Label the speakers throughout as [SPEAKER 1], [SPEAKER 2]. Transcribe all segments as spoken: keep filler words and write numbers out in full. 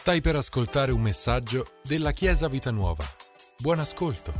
[SPEAKER 1] Stai per ascoltare un messaggio della Chiesa Vita Nuova. Buon ascolto.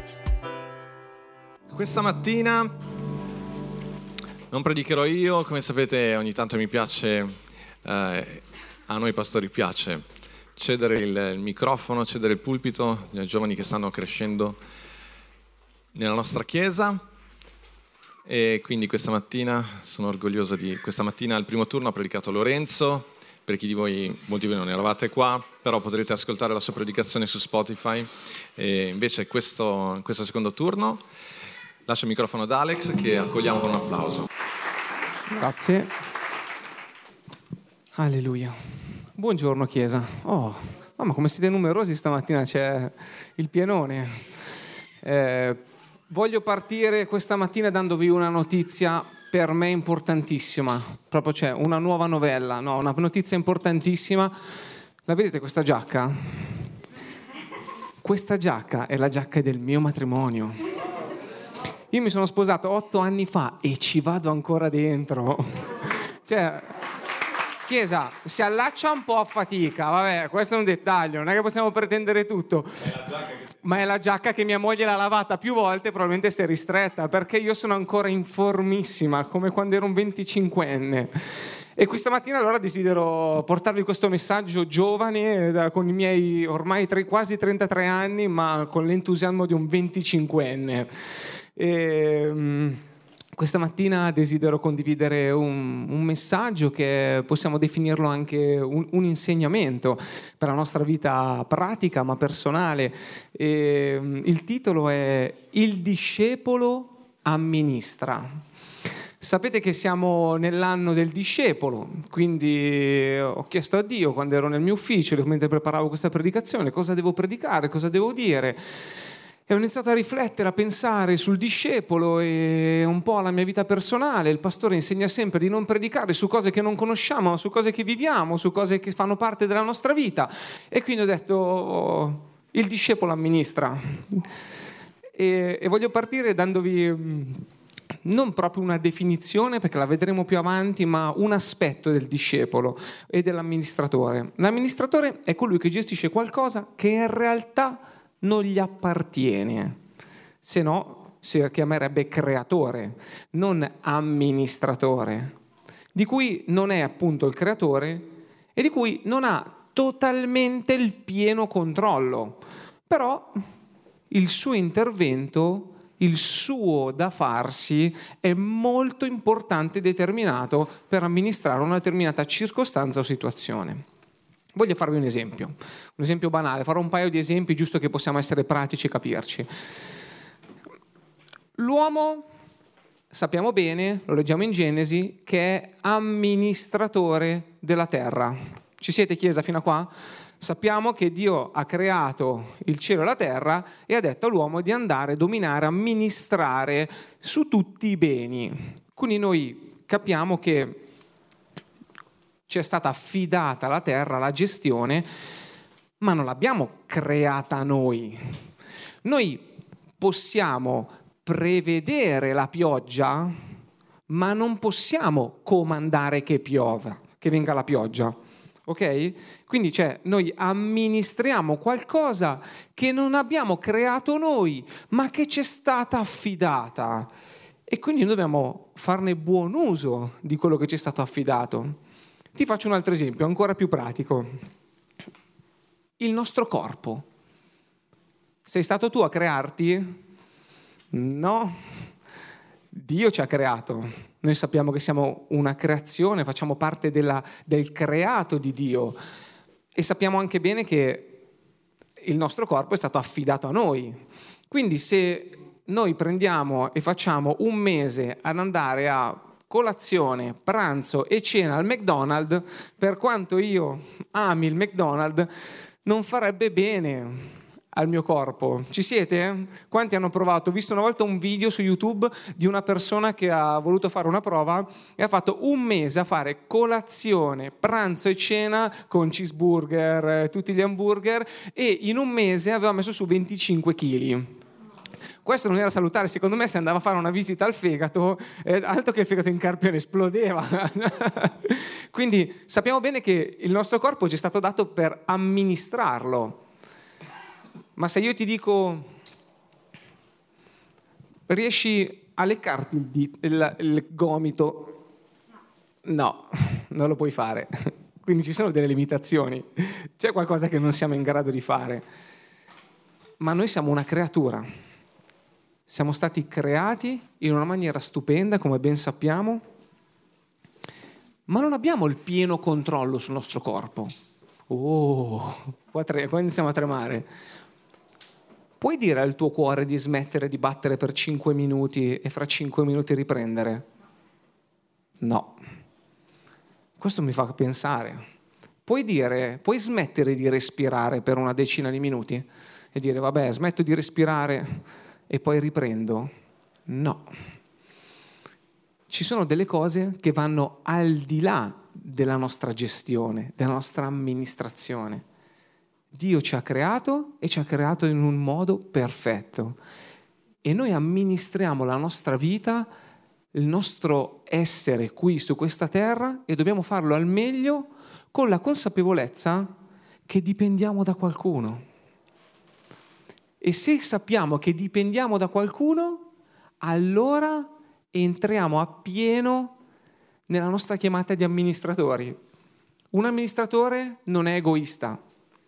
[SPEAKER 2] Questa mattina non predicherò io, come sapete ogni tanto mi piace, eh, a noi pastori piace cedere il, il microfono, cedere il pulpito ai giovani che stanno crescendo nella nostra Chiesa. E quindi questa mattina sono orgoglioso di... Questa mattina al primo turno ha predicato Lorenzo. Per chi di voi, molti di voi non eravate qua, però potrete ascoltare la sua predicazione su Spotify. E invece questo, questo secondo turno lascio il microfono ad Alex, che accogliamo con un applauso.
[SPEAKER 3] Grazie. Alleluia. Buongiorno Chiesa. Oh, mamma, come siete numerosi stamattina, c'è il pienone. Eh, voglio partire questa mattina dandovi una notizia per me importantissima, proprio c'è una nuova novella, no, una notizia importantissima. La vedete questa giacca? Questa giacca è la giacca del mio matrimonio. Io mi sono sposato otto anni fa e ci vado ancora dentro. Cioè, Chiesa, si allaccia un po' a fatica, vabbè, questo è un dettaglio, non è che possiamo pretendere tutto. È la giacca che... Ma è la giacca che mia moglie l'ha lavata più volte, probabilmente si è ristretta, perché io sono ancora in formissima, come quando ero un venticinquenne. E questa mattina allora desidero portarvi questo messaggio giovane, con i miei ormai tre, quasi trentatré anni, ma con l'entusiasmo di un venticinquenne. E... Questa mattina desidero condividere un, un messaggio che possiamo definirlo anche un, un insegnamento per la nostra vita pratica ma personale. E, il titolo è Il discepolo amministra. Sapete che siamo nell'anno del discepolo, quindi ho chiesto a Dio quando ero nel mio ufficio, mentre preparavo questa predicazione, cosa devo predicare, cosa devo dire. E ho iniziato a riflettere, a pensare sul discepolo e un po' alla mia vita personale. Il pastore insegna sempre di non predicare su cose che non conosciamo, ma su cose che viviamo, su cose che fanno parte della nostra vita. E quindi ho detto, oh, il discepolo amministra. E, e voglio partire dandovi non proprio una definizione, perché la vedremo più avanti, ma un aspetto del discepolo e dell'amministratore. L'amministratore è colui che gestisce qualcosa che in realtà non gli appartiene, se no si chiamerebbe creatore, non amministratore, di cui non è appunto il creatore e di cui non ha totalmente il pieno controllo, però il suo intervento, il suo da farsi è molto importante e determinato per amministrare una determinata circostanza o situazione. Voglio farvi un esempio, un esempio banale, farò un paio di esempi giusto che possiamo essere pratici e capirci. L'uomo, sappiamo bene, lo leggiamo in Genesi, che è amministratore della terra. Ci siete, Chiesa, fino a qua? Sappiamo che Dio ha creato il cielo e la terra e ha detto all'uomo di andare a dominare, amministrare su tutti i beni. Quindi noi capiamo che ci è stata affidata la terra, la gestione, ma non l'abbiamo creata noi. Noi possiamo prevedere la pioggia, ma non possiamo comandare che piova, che venga la pioggia. Ok? Quindi cioè, noi amministriamo qualcosa che non abbiamo creato noi, ma che ci è stata affidata. E quindi noi dobbiamo farne buon uso di quello che ci è stato affidato. Ti faccio un altro esempio, ancora più pratico. Il nostro corpo. Sei stato tu a crearti? No. Dio ci ha creato. Noi sappiamo che siamo una creazione, facciamo parte della, del creato di Dio. E sappiamo anche bene che il nostro corpo è stato affidato a noi. Quindi se noi prendiamo e facciamo un mese ad andare a colazione, pranzo e cena al McDonald's, per quanto io ami il McDonald's, non farebbe bene al mio corpo. Ci siete? Quanti hanno provato? Ho visto una volta un video su YouTube di una persona che ha voluto fare una prova e ha fatto un mese a fare colazione, pranzo e cena con cheeseburger, tutti gli hamburger, e in un mese aveva messo su venticinque chili. questo non era salutare, secondo me se andava a fare una visita al fegato, eh, altro che il fegato in carpione esplodeva. Quindi sappiamo bene che il nostro corpo ci è stato dato per amministrarlo. Ma se io ti dico, riesci a leccarti il, dito, il, il gomito? No, non lo puoi fare. Quindi ci sono delle limitazioni. C'è qualcosa che non siamo in grado di fare. Ma noi siamo una creatura. Siamo stati creati in una maniera stupenda, come ben sappiamo, ma non abbiamo il pieno controllo sul nostro corpo. Oh, qua, tre, qua iniziamo a tremare. Puoi dire al tuo cuore di smettere di battere per cinque minuti e fra cinque minuti riprendere? No. Questo mi fa pensare. Puoi dire, puoi smettere di respirare per una decina di minuti e dire vabbè, smetto di respirare e poi riprendo? No. Ci sono delle cose che vanno al di là della nostra gestione, della nostra amministrazione. Dio ci ha creato e ci ha creato in un modo perfetto e noi amministriamo la nostra vita, il nostro essere qui su questa terra e dobbiamo farlo al meglio con la consapevolezza che dipendiamo da qualcuno. E se sappiamo che dipendiamo da qualcuno, allora entriamo appieno nella nostra chiamata di amministratori. Un amministratore non è egoista,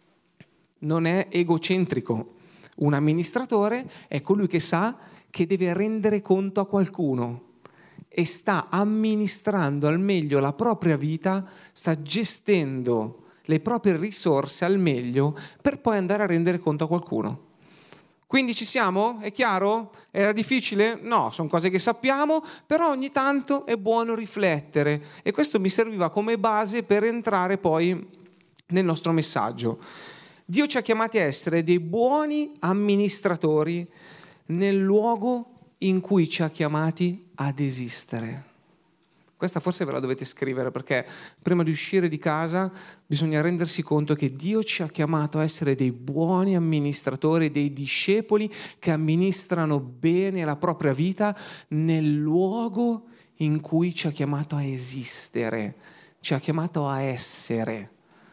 [SPEAKER 3] non è egocentrico. Un amministratore è colui che sa che deve rendere conto a qualcuno e sta amministrando al meglio la propria vita, sta gestendo le proprie risorse al meglio per poi andare a rendere conto a qualcuno. Quindi ci siamo? È chiaro? Era difficile? No, sono cose che sappiamo, però ogni tanto è buono riflettere e questo mi serviva come base per entrare poi nel nostro messaggio. Dio ci ha chiamati a essere dei buoni amministratori nel luogo in cui ci ha chiamati ad esistere. Questa forse ve la dovete scrivere perché prima di uscire di casa bisogna rendersi conto che Dio ci ha chiamato a essere dei buoni amministratori, dei discepoli che amministrano bene la propria vita nel luogo in cui ci ha chiamato a esistere, ci ha chiamato a essere.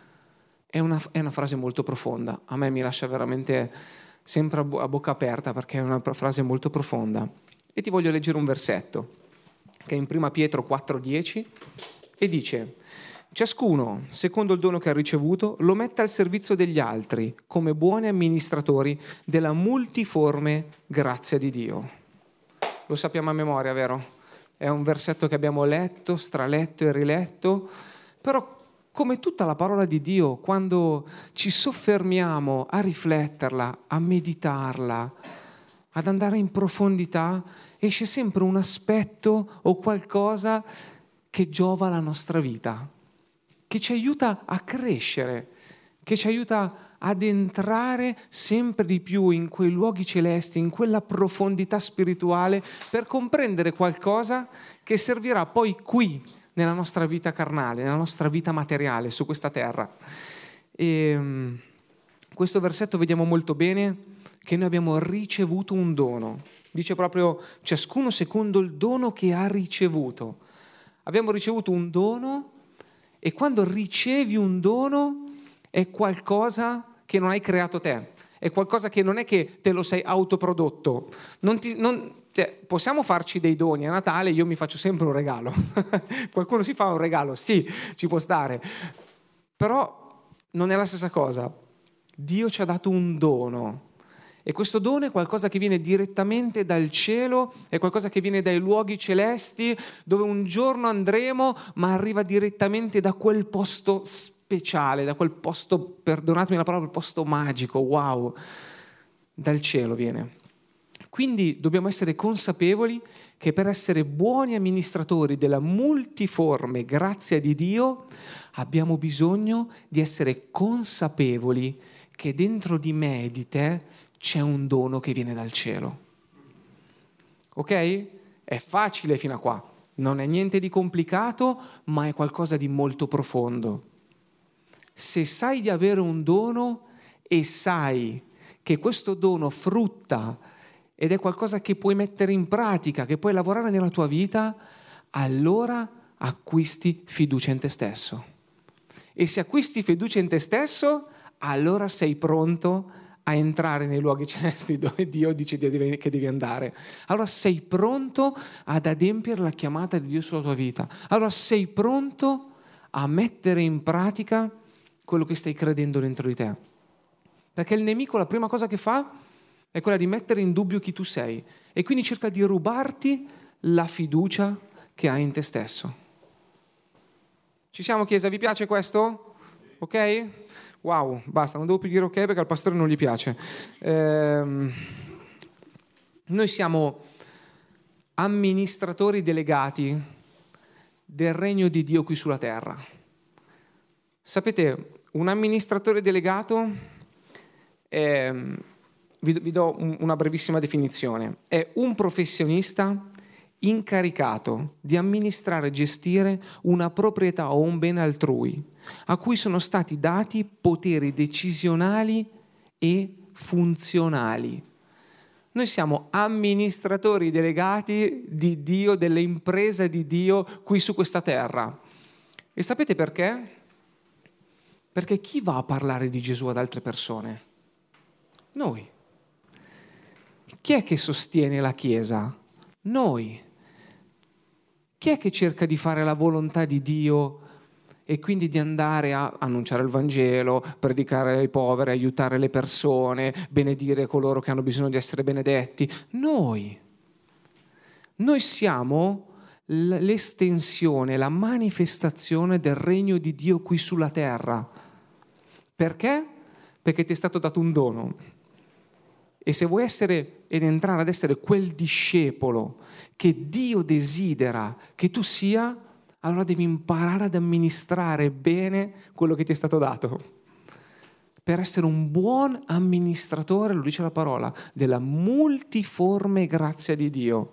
[SPEAKER 3] È una, è una frase molto profonda, a me mi lascia veramente sempre a, bo- a bocca aperta perché è una frase molto profonda. E ti voglio leggere un versetto che è in prima Pietro quattro dieci e dice: ciascuno, secondo il dono che ha ricevuto, lo metta al servizio degli altri come buoni amministratori della multiforme grazia di Dio. Lo sappiamo a memoria, vero? È un versetto che abbiamo letto, straletto e riletto, però come tutta la parola di Dio, quando ci soffermiamo a rifletterla, a meditarla, ad andare in profondità, esce sempre un aspetto o qualcosa che giova alla nostra vita, che ci aiuta a crescere, che ci aiuta ad entrare sempre di più in quei luoghi celesti, in quella profondità spirituale, per comprendere qualcosa che servirà poi qui, nella nostra vita carnale, nella nostra vita materiale, su questa terra. E questo versetto vediamo molto bene che noi abbiamo ricevuto un dono. Dice proprio ciascuno secondo il dono che ha ricevuto. Abbiamo ricevuto un dono e quando ricevi un dono è qualcosa che non hai creato te, è qualcosa che non è che te lo sei autoprodotto. Non ti, non, cioè, possiamo farci dei doni a Natale, io mi faccio sempre un regalo. Qualcuno si fa un regalo, sì, ci può stare, però non è la stessa cosa. Dio ci ha dato un dono. E questo dono è qualcosa che viene direttamente dal cielo, è qualcosa che viene dai luoghi celesti, dove un giorno andremo, ma arriva direttamente da quel posto speciale, da quel posto, perdonatemi la parola, il posto magico, wow, dal cielo viene. Quindi dobbiamo essere consapevoli che per essere buoni amministratori della multiforme grazia di Dio abbiamo bisogno di essere consapevoli che dentro di me e di te c'è un dono che viene dal cielo. Ok? È facile fino a qua, non è niente di complicato, ma è qualcosa di molto profondo. Se sai di avere un dono e sai che questo dono frutta ed è qualcosa che puoi mettere in pratica, che puoi lavorare nella tua vita, allora acquisti fiducia in te stesso. E se acquisti fiducia in te stesso, allora sei pronto a entrare nei luoghi celesti dove Dio dice che devi andare. Allora sei pronto ad adempiere la chiamata di Dio sulla tua vita. Allora sei pronto a mettere in pratica quello che stai credendo dentro di te. Perché il nemico la prima cosa che fa è quella di mettere in dubbio chi tu sei e quindi cerca di rubarti la fiducia che hai in te stesso. Ci siamo, Chiesa? Vi piace questo? Ok? Wow, basta, non devo più dire ok perché al pastore non gli piace. Ehm, noi siamo amministratori delegati del regno di Dio qui sulla terra. Sapete, un amministratore delegato è, vi, vi do un, una brevissima definizione, è un professionista incaricato di amministrare e gestire una proprietà o un bene altrui, a cui sono stati dati poteri decisionali e funzionali. Noi siamo amministratori delegati di Dio, delle imprese di Dio qui su questa terra. E sapete perché? Perché chi va a parlare di Gesù ad altre persone? Noi. Chi è che sostiene la Chiesa? Noi. Chi è che cerca di fare la volontà di Dio e quindi di andare a annunciare il Vangelo, predicare ai poveri, aiutare le persone, benedire coloro che hanno bisogno di essere benedetti? Noi. Noi siamo l'estensione, la manifestazione del regno di Dio qui sulla terra. Perché? Perché ti è stato dato un dono. E se vuoi essere ed entrare ad essere quel discepolo che Dio desidera che tu sia, allora devi imparare ad amministrare bene quello che ti è stato dato. Per essere un buon amministratore, lo dice la parola, della multiforme grazia di Dio.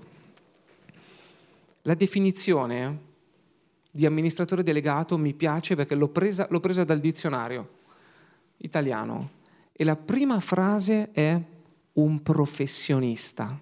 [SPEAKER 3] La definizione di amministratore delegato mi piace perché l'ho presa, l'ho presa dal dizionario italiano. E la prima frase è un professionista.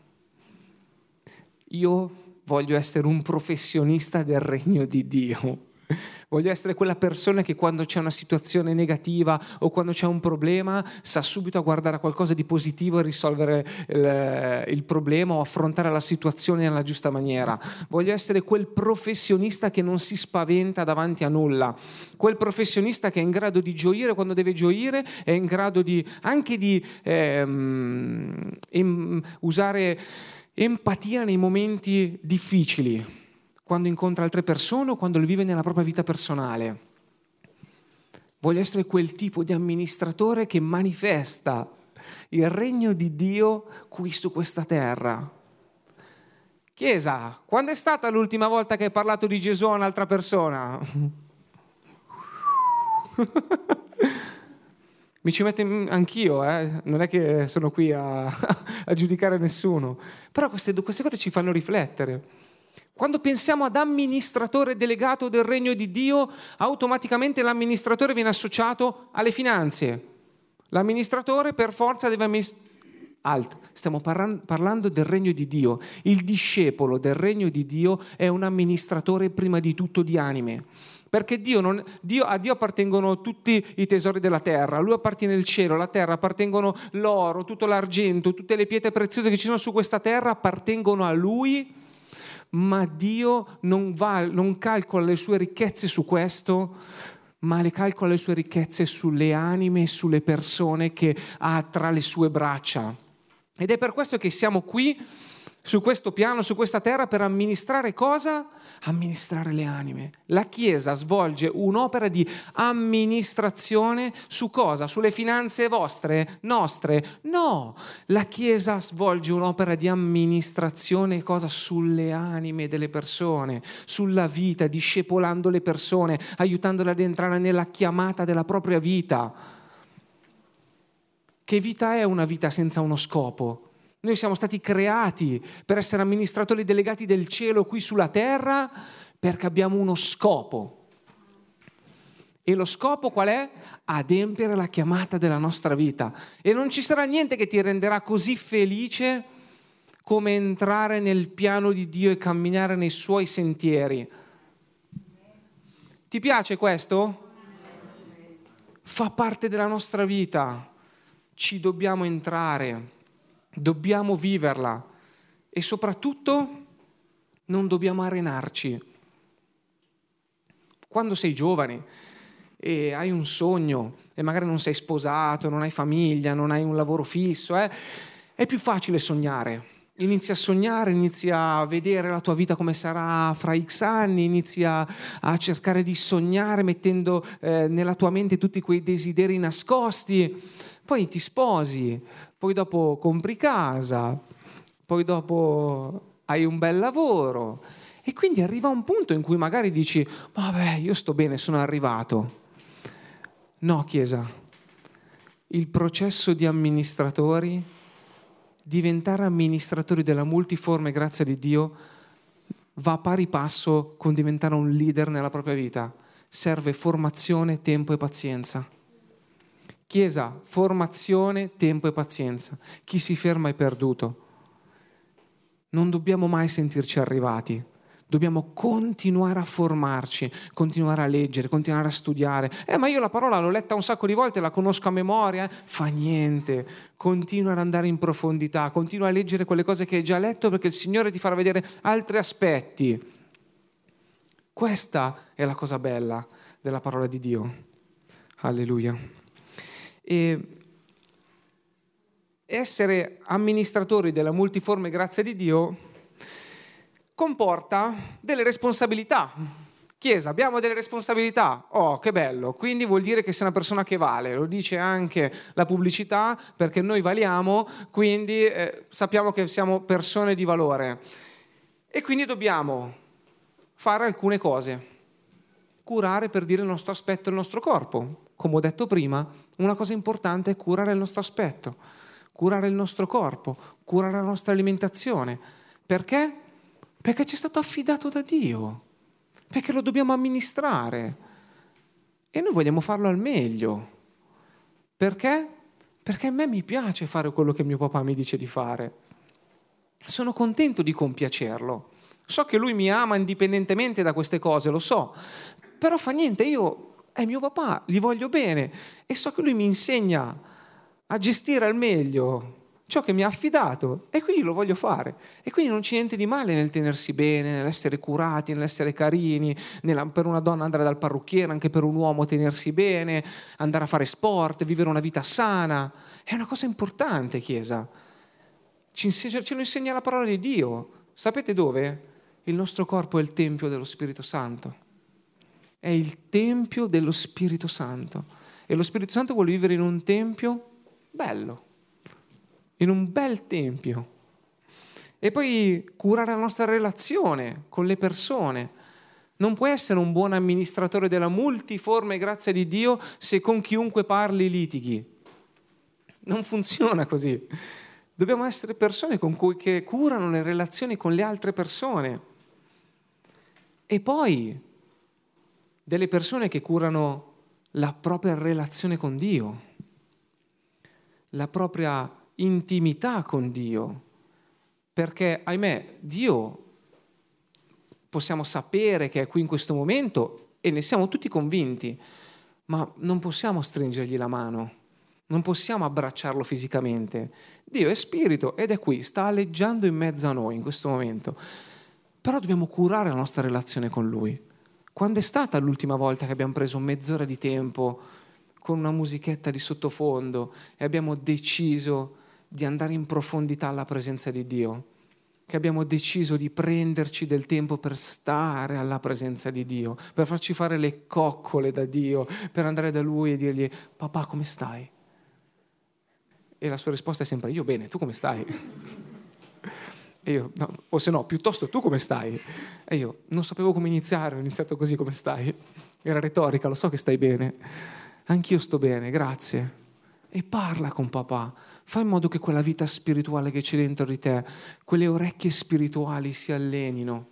[SPEAKER 3] Io voglio essere un professionista del regno di Dio. Voglio essere quella persona che quando c'è una situazione negativa o quando c'è un problema sa subito a guardare a qualcosa di positivo e risolvere il, il problema o affrontare la situazione nella giusta maniera. Voglio essere quel professionista che non si spaventa davanti a nulla, quel professionista che è in grado di gioire quando deve gioire, è in grado di anche di ehm, em, usare empatia nei momenti difficili, quando incontra altre persone o quando lo vive nella propria vita personale. Voglio essere quel tipo di amministratore che manifesta il regno di Dio qui su questa terra. Chiesa, quando è stata l'ultima volta che hai parlato di Gesù a un'altra persona? Mi ci metto in, anch'io, eh? Non è che sono qui a, a giudicare nessuno. Però queste, queste cose ci fanno riflettere. Quando pensiamo ad amministratore delegato del regno di Dio, automaticamente l'amministratore viene associato alle finanze. L'amministratore per forza deve amministrare. Alt. Stiamo parla- parlando del regno di Dio. Il discepolo del regno di Dio è un amministratore prima di tutto di anime. Perché Dio non, Dio, a Dio appartengono tutti i tesori della terra, a Lui appartiene il cielo, la terra, appartengono l'oro, tutto l'argento, tutte le pietre preziose che ci sono su questa terra appartengono a Lui. Ma Dio non, va, non calcola le sue ricchezze su questo, ma le calcola le sue ricchezze sulle anime e sulle persone che ha tra le sue braccia. Ed è per questo che siamo qui, su questo piano, su questa terra, per amministrare cosa? Amministrare le anime. La Chiesa svolge un'opera di amministrazione su cosa? Sulle finanze vostre? Nostre? No! La Chiesa svolge un'opera di amministrazione cosa? Sulle anime delle persone, sulla vita, discepolando le persone, aiutandole ad entrare nella chiamata della propria vita. Che vita è una vita senza uno scopo? Noi siamo stati creati per essere amministratori delegati del cielo qui sulla terra perché abbiamo uno scopo. E lo scopo qual è? Adempiere la chiamata della nostra vita. E non ci sarà niente che ti renderà così felice come entrare nel piano di Dio e camminare nei suoi sentieri. Ti piace questo? Fa parte della nostra vita. Ci dobbiamo entrare, dobbiamo viverla e soprattutto non dobbiamo arenarci. Quando sei giovane e hai un sogno e magari non sei sposato, non hai famiglia, non hai un lavoro fisso, eh, è più facile sognare. Inizi a sognare, inizi a vedere la tua vita come sarà fra X anni, inizi a, a cercare di sognare mettendo eh, nella tua mente tutti quei desideri nascosti. Poi ti sposi, poi dopo compri casa, poi dopo hai un bel lavoro e quindi arriva un punto in cui magari dici vabbè, io sto bene, sono arrivato. No, Chiesa, il processo di amministratori, diventare amministratori della multiforme grazia di Dio va a pari passo con diventare un leader nella propria vita. Serve formazione, tempo e pazienza. Chiesa, formazione, tempo e pazienza. Chi si ferma è perduto. Non dobbiamo mai sentirci arrivati. Dobbiamo continuare a formarci, continuare a leggere, continuare a studiare. Eh, ma io la parola l'ho letta un sacco di volte, la conosco a memoria. Eh? Fa niente. Continua ad andare in profondità, continua a leggere quelle cose che hai già letto perché il Signore ti farà vedere altri aspetti. Questa è la cosa bella della parola di Dio. Alleluia. E essere amministratori della multiforme grazia di Dio comporta delle responsabilità. Chiesa, abbiamo delle responsabilità. Oh, che bello. Quindi vuol dire che sei una persona che vale. Lo dice anche la pubblicità, perché noi valiamo, quindi eh, sappiamo che siamo persone di valore. E quindi dobbiamo fare alcune cose. Curare, per dire, il nostro aspetto e il nostro corpo. Come ho detto prima, una cosa importante è curare il nostro aspetto, curare il nostro corpo, curare la nostra alimentazione. Perché? Perché ci è stato affidato da Dio, perché lo dobbiamo amministrare e noi vogliamo farlo al meglio. Perché? Perché a me mi piace fare quello che mio papà mi dice di fare. Sono contento di compiacerlo. So che lui mi ama indipendentemente da queste cose, lo so, però fa niente, io è mio papà, gli voglio bene e so che lui mi insegna a gestire al meglio ciò che mi ha affidato e quindi lo voglio fare. E quindi non c'è niente di male nel tenersi bene, nell'essere curati, nell'essere carini, nella, per una donna andare dal parrucchiere, anche per un uomo tenersi bene, andare a fare sport, vivere una vita sana. È una cosa importante, Chiesa. Ci insegna, ce lo insegna la parola di Dio. Sapete dove? Il nostro corpo è il tempio dello Spirito Santo. È il tempio dello Spirito Santo. E lo Spirito Santo vuole vivere in un tempio bello. In un bel tempio. E poi curare la nostra relazione con le persone. Non puoi essere un buon amministratore della multiforme grazia di Dio se con chiunque parli litighi. Non funziona così. Dobbiamo essere persone con cui che curano le relazioni con le altre persone. E poi delle persone che curano la propria relazione con Dio, la propria intimità con Dio, perché ahimè Dio possiamo sapere che è qui in questo momento e ne siamo tutti convinti, ma non possiamo stringergli la mano, non possiamo abbracciarlo fisicamente. Dio è spirito ed è qui, sta aleggiando in mezzo a noi in questo momento, però dobbiamo curare la nostra relazione con Lui. Quando è stata l'ultima volta che abbiamo preso mezz'ora di tempo con una musichetta di sottofondo e abbiamo deciso di andare in profondità alla presenza di Dio, che abbiamo deciso di prenderci del tempo per stare alla presenza di Dio, per farci fare le coccole da Dio, per andare da Lui e dirgli: papà, come stai? E la sua risposta è sempre: io bene, tu come stai? E io, no, o se no, piuttosto tu come stai? E io non sapevo come iniziare, ho iniziato così: come stai? Era retorica, lo so che stai bene. Anch'io sto bene, grazie. E parla con papà, fai in modo che quella vita spirituale che c'è dentro di te, quelle orecchie spirituali si allenino.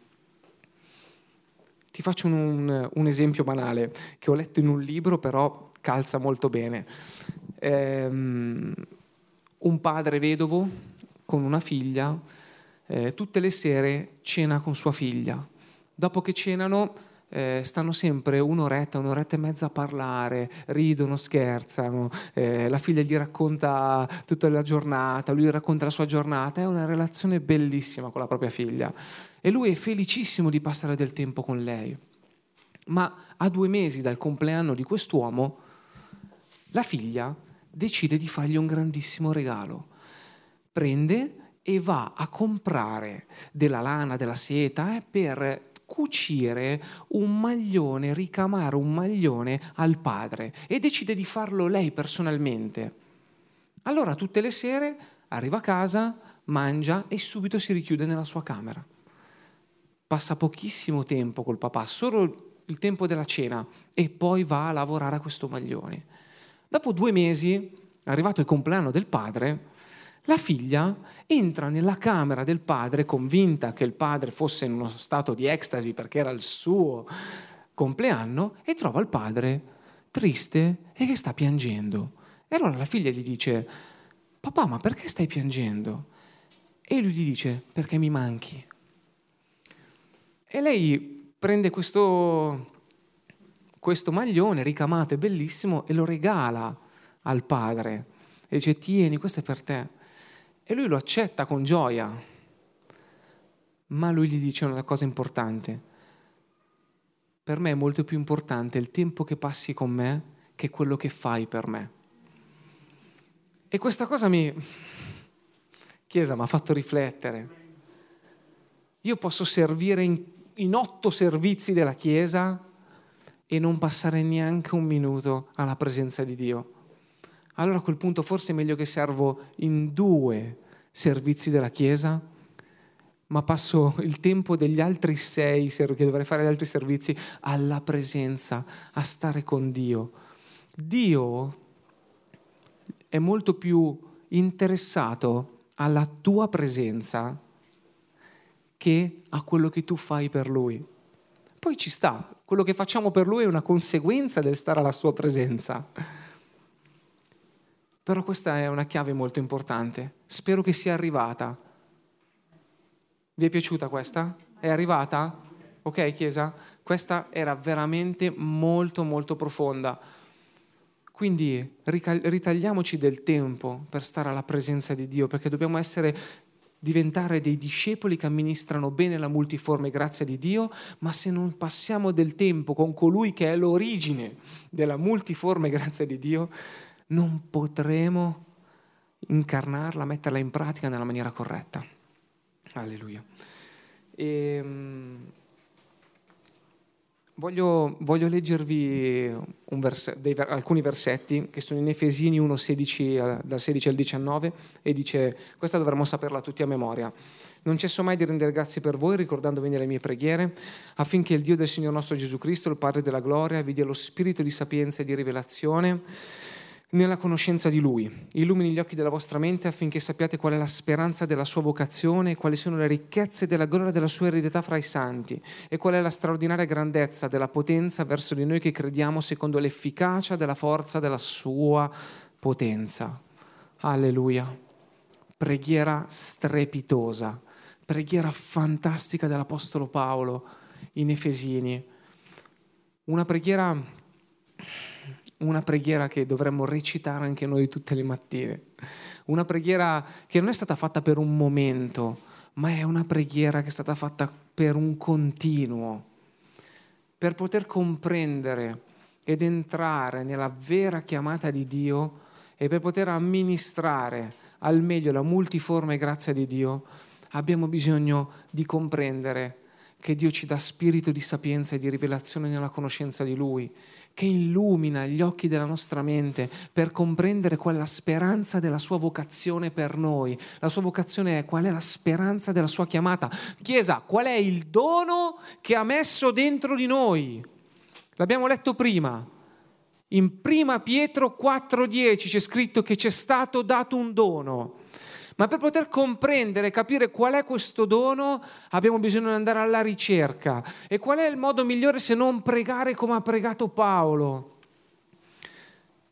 [SPEAKER 3] Ti faccio un, un, un esempio banale che ho letto in un libro, però calza molto bene. Ehm, un padre vedovo con una figlia eh, tutte le sere cena con sua figlia. Dopo che cenano eh, stanno sempre un'oretta, un'oretta e mezza a parlare, ridono, scherzano, eh, la figlia gli racconta tutta la giornata, lui gli racconta la sua giornata, è una relazione bellissima con la propria figlia e lui è felicissimo di passare del tempo con lei. Ma a due mesi dal compleanno di quest'uomo, la figlia decide di fargli un grandissimo regalo. Prende e va a comprare della lana, della seta eh, per cucire un maglione, ricamare un maglione al padre e decide di farlo lei personalmente. Allora tutte le sere arriva a casa, mangia e subito si richiude nella sua camera. Passa pochissimo tempo col papà, solo il tempo della cena e poi va a lavorare a questo maglione. Dopo due mesi, arrivato il compleanno del padre, la figlia entra nella camera del padre convinta che il padre fosse in uno stato di estasi perché era il suo compleanno e trova il padre triste e che sta piangendo. E allora la figlia gli dice: papà, ma perché stai piangendo? E lui gli dice: perché mi manchi. E lei prende questo, questo maglione ricamato e bellissimo e lo regala al padre e dice: tieni, questo è per te. E lui lo accetta con gioia, ma lui gli dice una cosa importante: per me è molto più importante il tempo che passi con me che quello che fai per me. E questa cosa mi, Chiesa, mi ha fatto riflettere. Io posso servire in, in otto servizi della Chiesa e non passare neanche un minuto alla presenza di Dio. Allora a quel punto forse è meglio che servo in due servizi della Chiesa, ma passo il tempo degli altri sei che dovrei fare gli altri servizi alla presenza, a stare con Dio. Dio è molto più interessato alla tua presenza che a quello che tu fai per Lui. Poi ci sta, quello che facciamo per Lui è una conseguenza del stare alla sua presenza. Però questa è una chiave molto importante. Spero che sia arrivata. Vi è piaciuta questa? È arrivata? Ok, Chiesa? Questa era veramente molto, molto profonda. Quindi ritagliamoci del tempo per stare alla presenza di Dio, perché dobbiamo essere, diventare dei discepoli che amministrano bene la multiforme grazia di Dio, ma se non passiamo del tempo con colui che è l'origine della multiforme grazia di Dio, non potremo incarnarla, metterla in pratica nella maniera corretta. Alleluia. E, um, voglio, voglio leggervi un verse, dei, alcuni versetti che sono in Efesini uno, sedici, dal sedici al diciannove, e dice, questa dovremmo saperla tutti a memoria: non cesso mai di rendere grazie per voi, ricordandovi nelle mie preghiere, affinché il Dio del Signore nostro Gesù Cristo, il Padre della gloria, vi dia lo spirito di sapienza e di rivelazione nella conoscenza di Lui, illumini gli occhi della vostra mente affinché sappiate qual è la speranza della sua vocazione e quali sono le ricchezze della gloria della sua eredità fra i santi e qual è la straordinaria grandezza della potenza verso di noi che crediamo secondo l'efficacia della forza della sua potenza. Alleluia. Preghiera strepitosa, preghiera fantastica dell'Apostolo Paolo in Efesini. Una preghiera Una preghiera che dovremmo recitare anche noi tutte le mattine. Una preghiera che non è stata fatta per un momento, ma è una preghiera che è stata fatta per un continuo, per poter comprendere ed entrare nella vera chiamata di Dio e per poter amministrare al meglio la multiforme grazia di Dio. Abbiamo bisogno di comprendere che Dio ci dà spirito di sapienza e di rivelazione nella conoscenza di Lui, che illumina gli occhi della nostra mente per comprendere qual è la speranza della sua vocazione per noi. La sua vocazione è qual è la speranza della sua chiamata. Chiesa, qual è il dono che ha messo dentro di noi? L'abbiamo letto prima. In prima Pietro quattro dieci c'è scritto che c'è stato dato un dono. Ma per poter comprendere e capire qual è questo dono abbiamo bisogno di andare alla ricerca. E qual è il modo migliore se non pregare come ha pregato Paolo?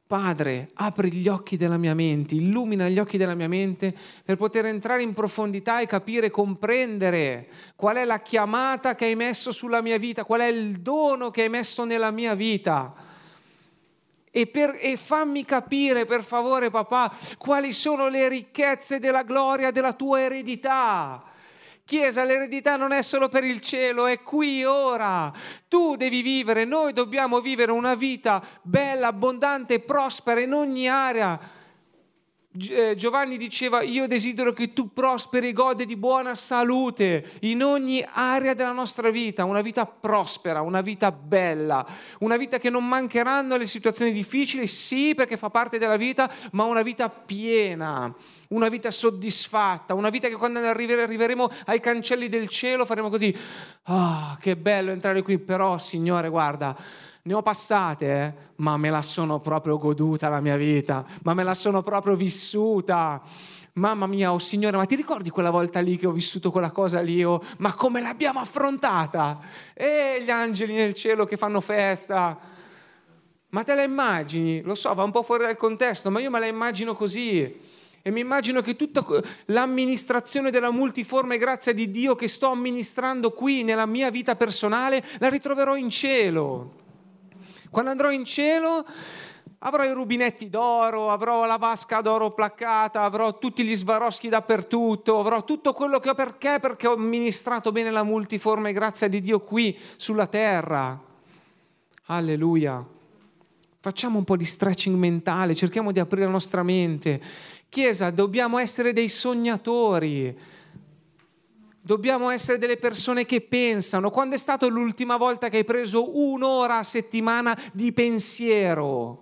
[SPEAKER 3] Padre, apri gli occhi della mia mente, illumina gli occhi della mia mente per poter entrare in profondità e capire, comprendere qual è la chiamata che hai messo sulla mia vita, qual è il dono che hai messo nella mia vita. E, per, e fammi capire, per favore, papà, quali sono le ricchezze della gloria della tua eredità. Chiesa, l'eredità non è solo per il cielo, è qui ora. Tu devi vivere, noi dobbiamo vivere una vita bella, abbondante, prospera in ogni area. Giovanni diceva: io desidero che tu prosperi e gode di buona salute in ogni area della nostra vita, una vita prospera, una vita bella, una vita che non mancheranno le situazioni difficili, sì, perché fa parte della vita, ma una vita piena, una vita soddisfatta, una vita che quando arriveremo ai cancelli del cielo faremo così: ah, oh, che bello entrare qui, però Signore guarda, ne ho passate, eh, ma me la sono proprio goduta la mia vita, ma me la sono proprio vissuta. Mamma mia, oh Signore, ma ti ricordi quella volta lì che ho vissuto quella cosa lì? Oh, ma come l'abbiamo affrontata? E gli angeli nel cielo che fanno festa. Ma te la immagini? Lo so, va un po' fuori dal contesto, ma io me la immagino così. E mi immagino che tutta l'amministrazione della multiforme grazia di Dio che sto amministrando qui nella mia vita personale la ritroverò in cielo. Quando andrò in cielo avrò i rubinetti d'oro, avrò la vasca d'oro placcata, avrò tutti gli Swarovski dappertutto, avrò tutto quello che ho. Perché? Perché ho amministrato bene la multiforme grazia di Dio qui sulla terra. Alleluia. Facciamo un po' di stretching mentale, cerchiamo di aprire la nostra mente. Chiesa, dobbiamo essere dei sognatori. Dobbiamo essere delle persone che pensano. Quando è stata l'ultima volta che hai preso un'ora a settimana di pensiero?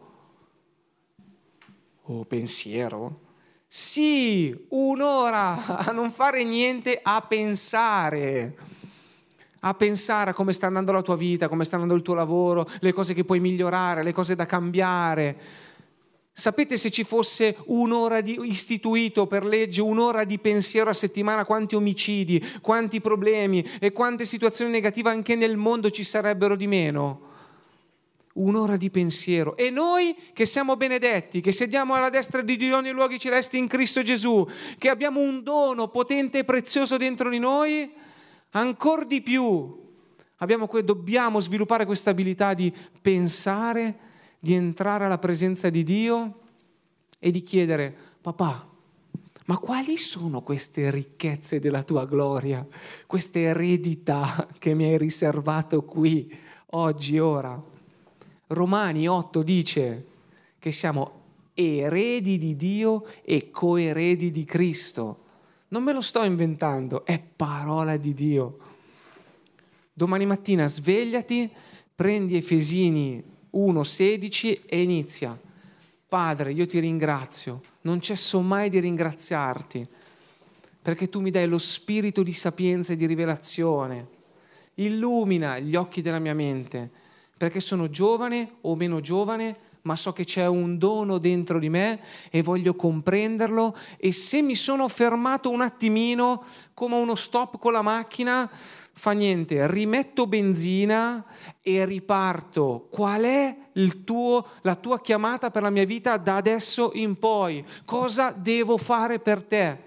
[SPEAKER 3] Oh, pensiero? Sì, un'ora a non fare niente, a pensare. A pensare a come sta andando la tua vita, come sta andando il tuo lavoro, le cose che puoi migliorare, le cose da cambiare. Sapete, se ci fosse un'ora di istituito per legge, un'ora di pensiero a settimana, quanti omicidi, quanti problemi e quante situazioni negative anche nel mondo ci sarebbero di meno? Un'ora di pensiero. E noi che siamo benedetti, che sediamo alla destra di Dio nei luoghi celesti in Cristo Gesù, che abbiamo un dono potente e prezioso dentro di noi, ancora di più abbiamo, dobbiamo sviluppare questa abilità di pensare, di entrare alla presenza di Dio e di chiedere: papà, ma quali sono queste ricchezze della tua gloria, queste eredità che mi hai riservato qui, oggi, ora? Romani otto dice che siamo eredi di Dio e coeredi di Cristo. Non me lo sto inventando, è parola di Dio. Domani mattina svegliati, prendi Efesini uno sedici e inizia: Padre, io ti ringrazio, non cesso mai di ringraziarti, perché tu mi dai lo spirito di sapienza e di rivelazione. Illumina gli occhi della mia mente, perché sono giovane o meno giovane, ma so che c'è un dono dentro di me e voglio comprenderlo. E se mi sono fermato un attimino, come uno stop con la macchina, fa niente, rimetto benzina e riparto. Qual è il tuo, la tua chiamata per la mia vita da adesso in poi? Cosa devo fare per te?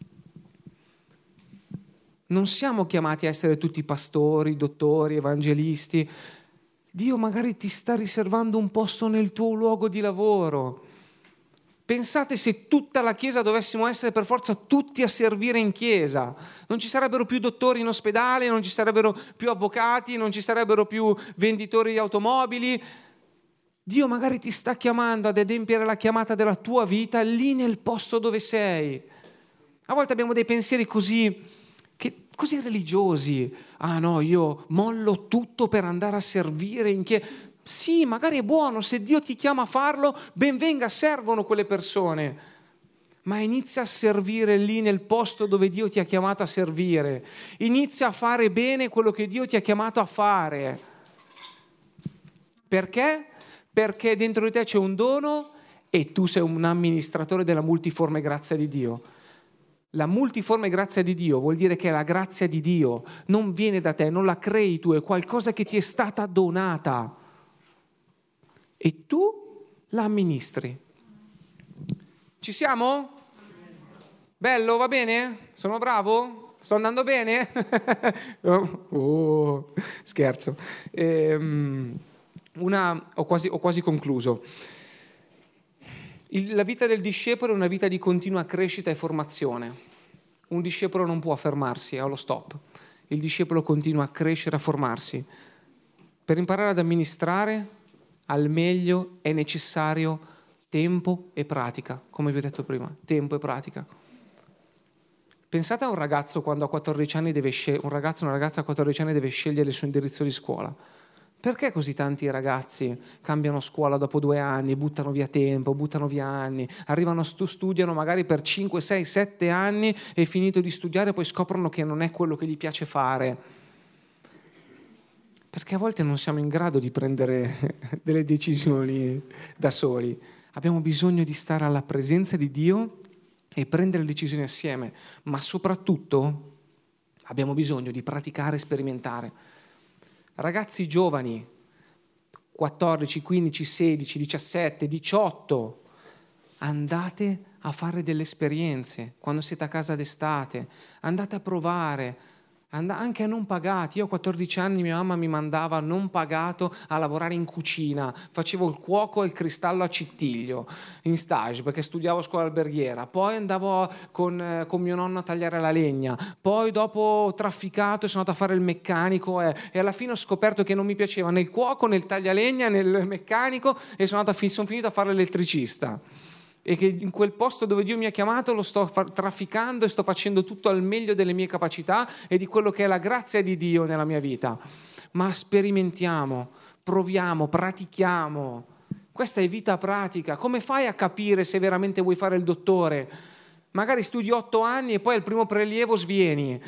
[SPEAKER 3] Non siamo chiamati a essere tutti pastori, dottori, evangelisti. Dio magari ti sta riservando un posto nel tuo luogo di lavoro. Pensate se tutta la Chiesa dovessimo essere per forza tutti a servire in Chiesa. Non ci sarebbero più dottori in ospedale, non ci sarebbero più avvocati, non ci sarebbero più venditori di automobili. Dio magari ti sta chiamando ad adempiere la chiamata della tua vita lì nel posto dove sei. A volte abbiamo dei pensieri così, che, così religiosi. Ah no, io mollo tutto per andare a servire in Chiesa. Sì, magari è buono, se Dio ti chiama a farlo, ben venga, servono quelle persone. Ma inizia a servire lì nel posto dove Dio ti ha chiamato a servire. Inizia a fare bene quello che Dio ti ha chiamato a fare. Perché? Perché dentro di te c'è un dono e tu sei un amministratore della multiforme grazia di Dio. La multiforme grazia di Dio vuol dire che la grazia di Dio non viene da te, non la crei tu, è qualcosa che ti è stata donata. E tu la amministri. Ci siamo? Bello, va bene? Sono bravo? Sto andando bene? oh, scherzo. Ehm, una, ho, quasi, ho quasi concluso. Il, la vita del discepolo è una vita di continua crescita e formazione. Un discepolo non può fermarsi, è allo stop. Il discepolo continua a crescere, a formarsi. Per imparare ad amministrare al meglio è necessario tempo e pratica, come vi ho detto prima, tempo e pratica. Pensate a un ragazzo quando a quattordici anni deve scegliere, un ragazzo o una ragazza a quattordici anni deve scegliere il suo indirizzo di scuola. Perché così tanti ragazzi cambiano scuola dopo due anni, buttano via tempo, buttano via anni, arrivano, stu- studiano magari per cinque, sei, sette anni e finito di studiare poi scoprono che non è quello che gli piace fare? Perché a volte non siamo in grado di prendere delle decisioni da soli. Abbiamo bisogno di stare alla presenza di Dio e prendere le decisioni assieme, ma soprattutto abbiamo bisogno di praticare e sperimentare. Ragazzi giovani, quattordici, quindici, sedici, diciassette, diciotto, andate a fare delle esperienze quando siete a casa d'estate, andate a provare, and- anche a non pagati. Io a quattordici anni mia mamma mi mandava non pagato a lavorare in cucina, facevo il cuoco e il cristallo a Cittiglio in stage perché studiavo a scuola alberghiera, poi andavo con, eh, con mio nonno a tagliare la legna, poi dopo ho trafficato e sono andato a fare il meccanico eh, e alla fine ho scoperto che non mi piaceva né il cuoco né il taglialegna né il meccanico e sono, andato a fi- sono finito a fare l'elettricista. E che in quel posto dove Dio mi ha chiamato lo sto fa- trafficando e sto facendo tutto al meglio delle mie capacità e di quello che è la grazia di Dio nella mia vita. Ma sperimentiamo, proviamo, pratichiamo. Questa è vita pratica. Come fai a capire se veramente vuoi fare il dottore? Magari studi otto anni e poi al primo prelievo svieni.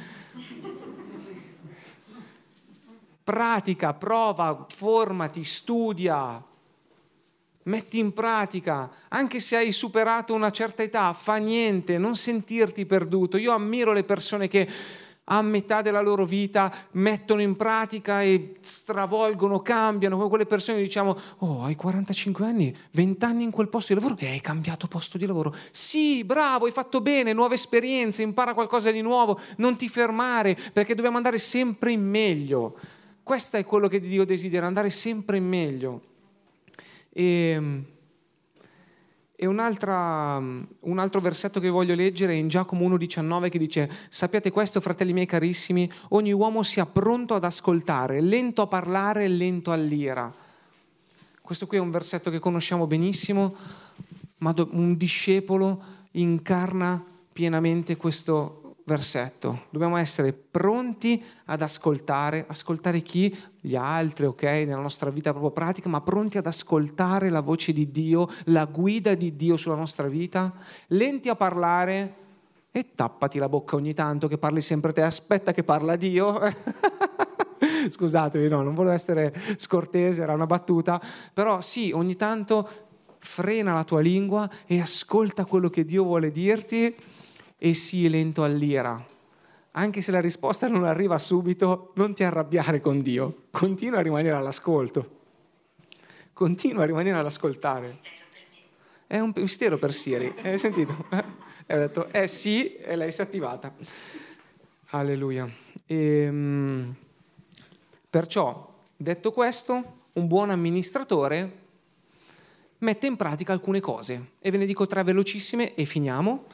[SPEAKER 3] Pratica, prova, formati, studia. Metti in pratica, anche se hai superato una certa età, fa niente, non sentirti perduto. Io ammiro le persone che a metà della loro vita mettono in pratica e stravolgono, cambiano, come quelle persone che diciamo, oh, hai quarantacinque anni, venti anni in quel posto di lavoro e hai cambiato posto di lavoro. Sì, bravo, hai fatto bene, nuove esperienze, impara qualcosa di nuovo, non ti fermare, perché dobbiamo andare sempre in meglio. Questo è quello che Dio desidera, andare sempre in meglio. E, e un'altra, un altro versetto che voglio leggere è in Giacomo uno diciannove che dice: sappiate questo, fratelli miei carissimi, ogni uomo sia pronto ad ascoltare, lento a parlare e lento all'ira. Questo qui è un versetto che conosciamo benissimo, ma un discepolo incarna pienamente questo versetto. Dobbiamo essere pronti ad ascoltare, ascoltare chi? Gli altri, ok? Nella nostra vita proprio pratica, ma pronti ad ascoltare la voce di Dio, la guida di Dio sulla nostra vita, lenti a parlare e tappati la bocca ogni tanto che parli sempre te, aspetta che parla Dio. Scusatemi, no, non volevo essere scortese, era una battuta, però sì, ogni tanto frena la tua lingua e ascolta quello che Dio vuole dirti e sii lento all'ira. Anche se la risposta non arriva subito, non ti arrabbiare con Dio. Continua a rimanere all'ascolto. Continua a rimanere all'ascoltare. È un mistero per Siri. Hai sentito? E ho detto, eh sì, e lei si è attivata. Alleluia. E, perciò, detto questo, un buon amministratore mette in pratica alcune cose. E ve ne dico tre velocissime e finiamo.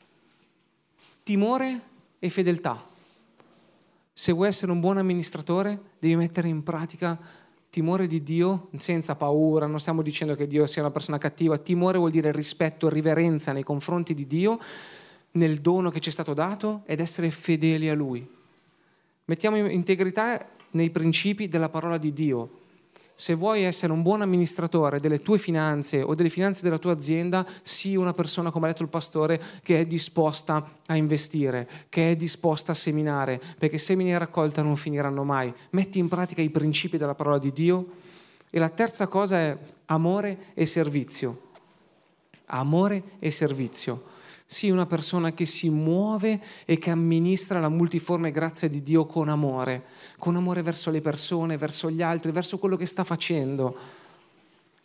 [SPEAKER 3] Timore e fedeltà. Se vuoi essere un buon amministratore, devi mettere in pratica timore di Dio senza paura. Non stiamo dicendo che Dio sia una persona cattiva. Timore vuol dire rispetto e riverenza nei confronti di Dio, nel dono che ci è stato dato, ed essere fedeli a Lui. Mettiamo integrità nei principi della parola di Dio. Se vuoi essere un buon amministratore delle tue finanze o delle finanze della tua azienda, sii una persona, come ha detto il pastore, che è disposta a investire, che è disposta a seminare, perché semini e raccolta non finiranno mai. Metti in pratica i principi della parola di Dio. E la terza cosa è amore e servizio. Amore e servizio. Sii una persona che si muove e che amministra la multiforme grazia di Dio con amore, con amore verso le persone, verso gli altri, verso quello che sta facendo.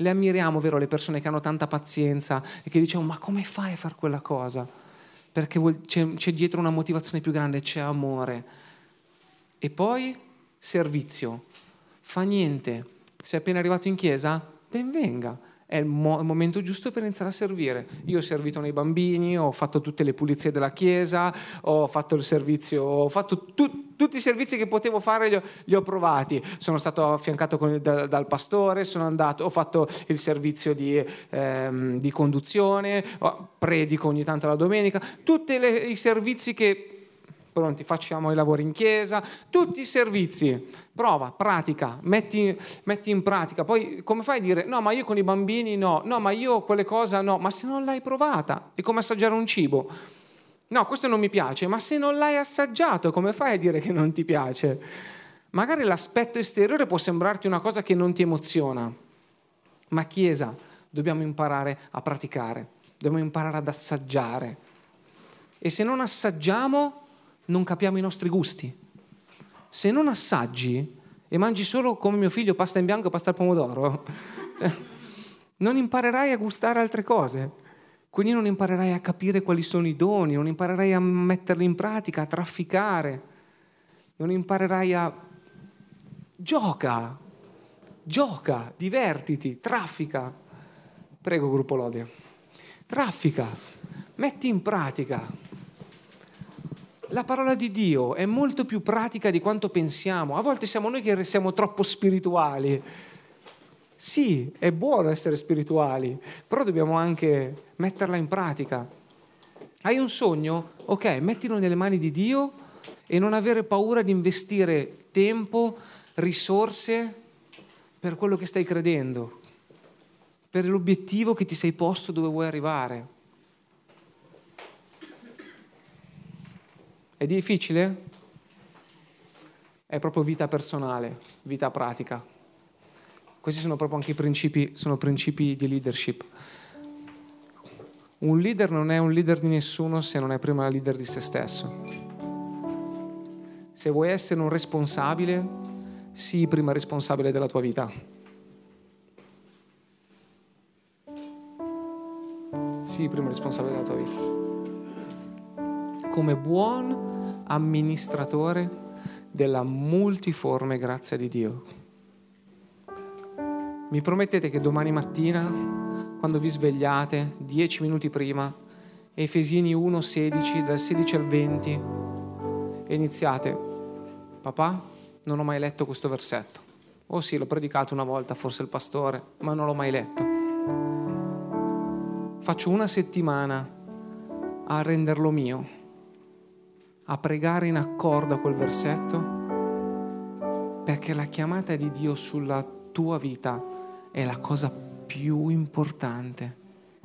[SPEAKER 3] Le ammiriamo, vero, le persone che hanno tanta pazienza e che diciamo, ma come fai a fare quella cosa? Perché c'è, c'è dietro una motivazione più grande, c'è amore. E poi servizio. Fa niente. Sei appena arrivato in chiesa? Ben venga. È il, mo- il momento giusto per iniziare a servire. Io ho servito nei bambini, ho fatto tutte le pulizie della chiesa, ho fatto il servizio, ho fatto tu- tutti i servizi che potevo fare, li ho, li ho provati. Sono stato affiancato con il, da, dal pastore, sono andato, ho fatto il servizio di, ehm, di conduzione, ho, predico ogni tanto la domenica, tutti i servizi che... Pronti, facciamo i lavori in chiesa, tutti i servizi, prova, pratica, metti, metti in pratica. Poi come fai a dire no, ma io con i bambini no, no, ma io quelle cose no, ma se non l'hai provata è come assaggiare un cibo. No, questo non mi piace, ma se non l'hai assaggiato come fai a dire che non ti piace? Magari l'aspetto esteriore può sembrarti una cosa che non ti emoziona, ma Chiesa, dobbiamo imparare a praticare, dobbiamo imparare ad assaggiare. E se non assaggiamo non capiamo i nostri gusti. Se non assaggi e mangi solo come mio figlio pasta in bianco e pasta al pomodoro, non imparerai a gustare altre cose. Quindi non imparerai a capire quali sono i doni, non imparerai a metterli in pratica, a trafficare, non imparerai a... Gioca, gioca, divertiti, traffica. Prego, gruppo Lode. Traffica, metti in pratica. La parola di Dio è molto più pratica di quanto pensiamo. A volte siamo noi che siamo troppo spirituali. Sì, è buono essere spirituali, però dobbiamo anche metterla in pratica. Hai un sogno? Ok, mettilo nelle mani di Dio e non avere paura di investire tempo, risorse per quello che stai credendo, per l'obiettivo che ti sei posto dove vuoi arrivare. È difficile? È proprio vita personale, vita pratica. Questi sono proprio anche i principi, sono principi di leadership. Un leader non è un leader di nessuno se non è prima leader di se stesso. Se vuoi essere un responsabile, sii prima responsabile della tua vita. Sii prima responsabile della tua vita. Come buon amministratore della multiforme grazia di Dio. Mi promettete che domani mattina, quando vi svegliate, dieci minuti prima, Efesini uno sedici, dal sedici al venti, e iniziate: papà, non ho mai letto questo versetto. Oh sì, l'ho predicato una volta, forse il pastore, ma non l'ho mai letto. Faccio una settimana a renderlo mio, a pregare in accordo a quel versetto, perché la chiamata di Dio sulla tua vita è la cosa più importante.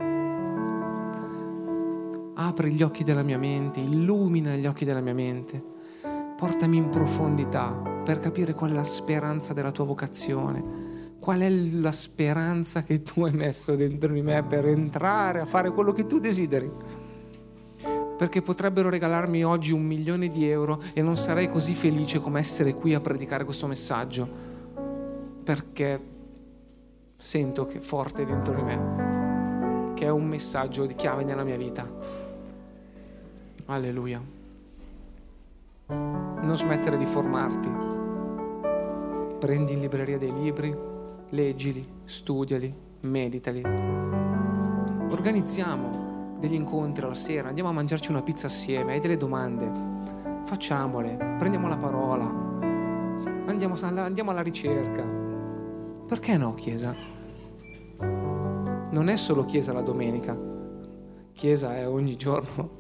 [SPEAKER 3] Apri gli occhi della mia mente, illumina gli occhi della mia mente, portami in profondità per capire qual è la speranza della tua vocazione, qual è la speranza che tu hai messo dentro di me per entrare a fare quello che tu desideri. Perché potrebbero regalarmi oggi un milione di euro e non sarei così felice come essere qui a predicare questo messaggio, perché sento che è forte dentro di me, che è un messaggio di chiave nella mia vita. Alleluia. Non smettere di formarti. Prendi in libreria dei libri, leggili, studiali, meditali. Organizziamo degli incontri alla sera, andiamo a mangiarci una pizza assieme, hai delle domande, facciamole, prendiamo la parola, andiamo, andiamo alla ricerca. Perché no, Chiesa? Non è solo Chiesa la domenica, Chiesa è ogni giorno.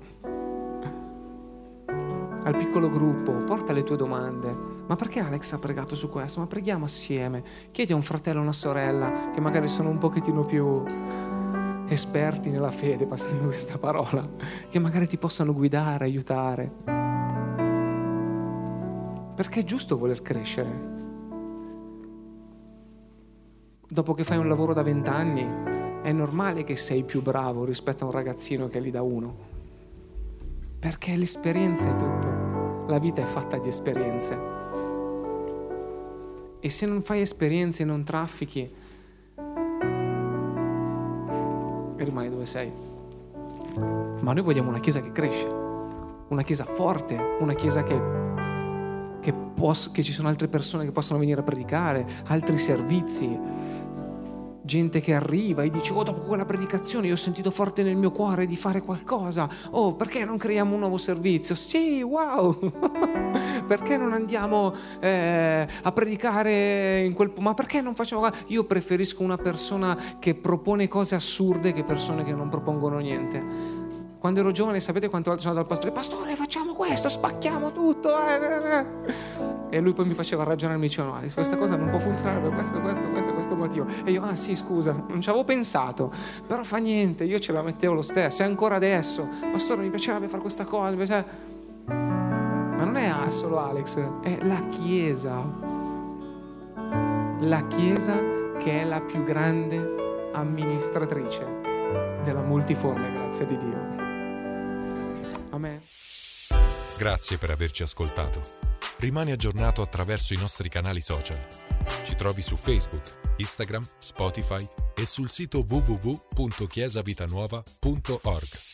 [SPEAKER 3] Al piccolo gruppo, porta le tue domande. Ma perché Alex ha pregato su questo? Ma preghiamo assieme. Chiedi a un fratello o una sorella che magari sono un pochettino più esperti nella fede, passando questa parola, che magari ti possano guidare, aiutare. Perché è giusto voler crescere. Dopo che fai un lavoro da vent'anni, è normale che sei più bravo rispetto a un ragazzino che è lì da uno. Perché l'esperienza è tutto. La vita è fatta di esperienze. E se non fai esperienze e non traffichi, e rimani dove sei. Ma noi vogliamo una chiesa che cresce, una chiesa forte, una chiesa che, che, poss- che ci sono altre persone che possono venire a predicare, altri servizi, gente che arriva e dice: oh, dopo quella predicazione io ho sentito forte nel mio cuore di fare qualcosa, oh, perché non creiamo un nuovo servizio? Sì, wow. Perché non andiamo eh, a predicare in quel... ma perché non facciamo... Io preferisco una persona che propone cose assurde che persone che non propongono niente. Quando ero giovane, sapete quante volte sono andato al pastore: pastore, facciamo questo, spacchiamo tutto, e lui poi mi faceva ragionare, mi diceva: no, questa cosa non può funzionare per questo, questo, questo, questo motivo. E io: ah sì, scusa, non ci avevo pensato, però fa niente, io ce la mettevo lo stesso, e ancora adesso, pastore, mi piacerebbe fare questa cosa, mi piacerebbe... Ma non è solo Alex, è la Chiesa. La Chiesa che è la più grande amministratrice della multiforme grazia di Dio. Amen.
[SPEAKER 1] Grazie per averci ascoltato. Rimani aggiornato attraverso i nostri canali social. Ci trovi su Facebook, Instagram, Spotify e sul sito w w w punto chiesa vita nuova punto org.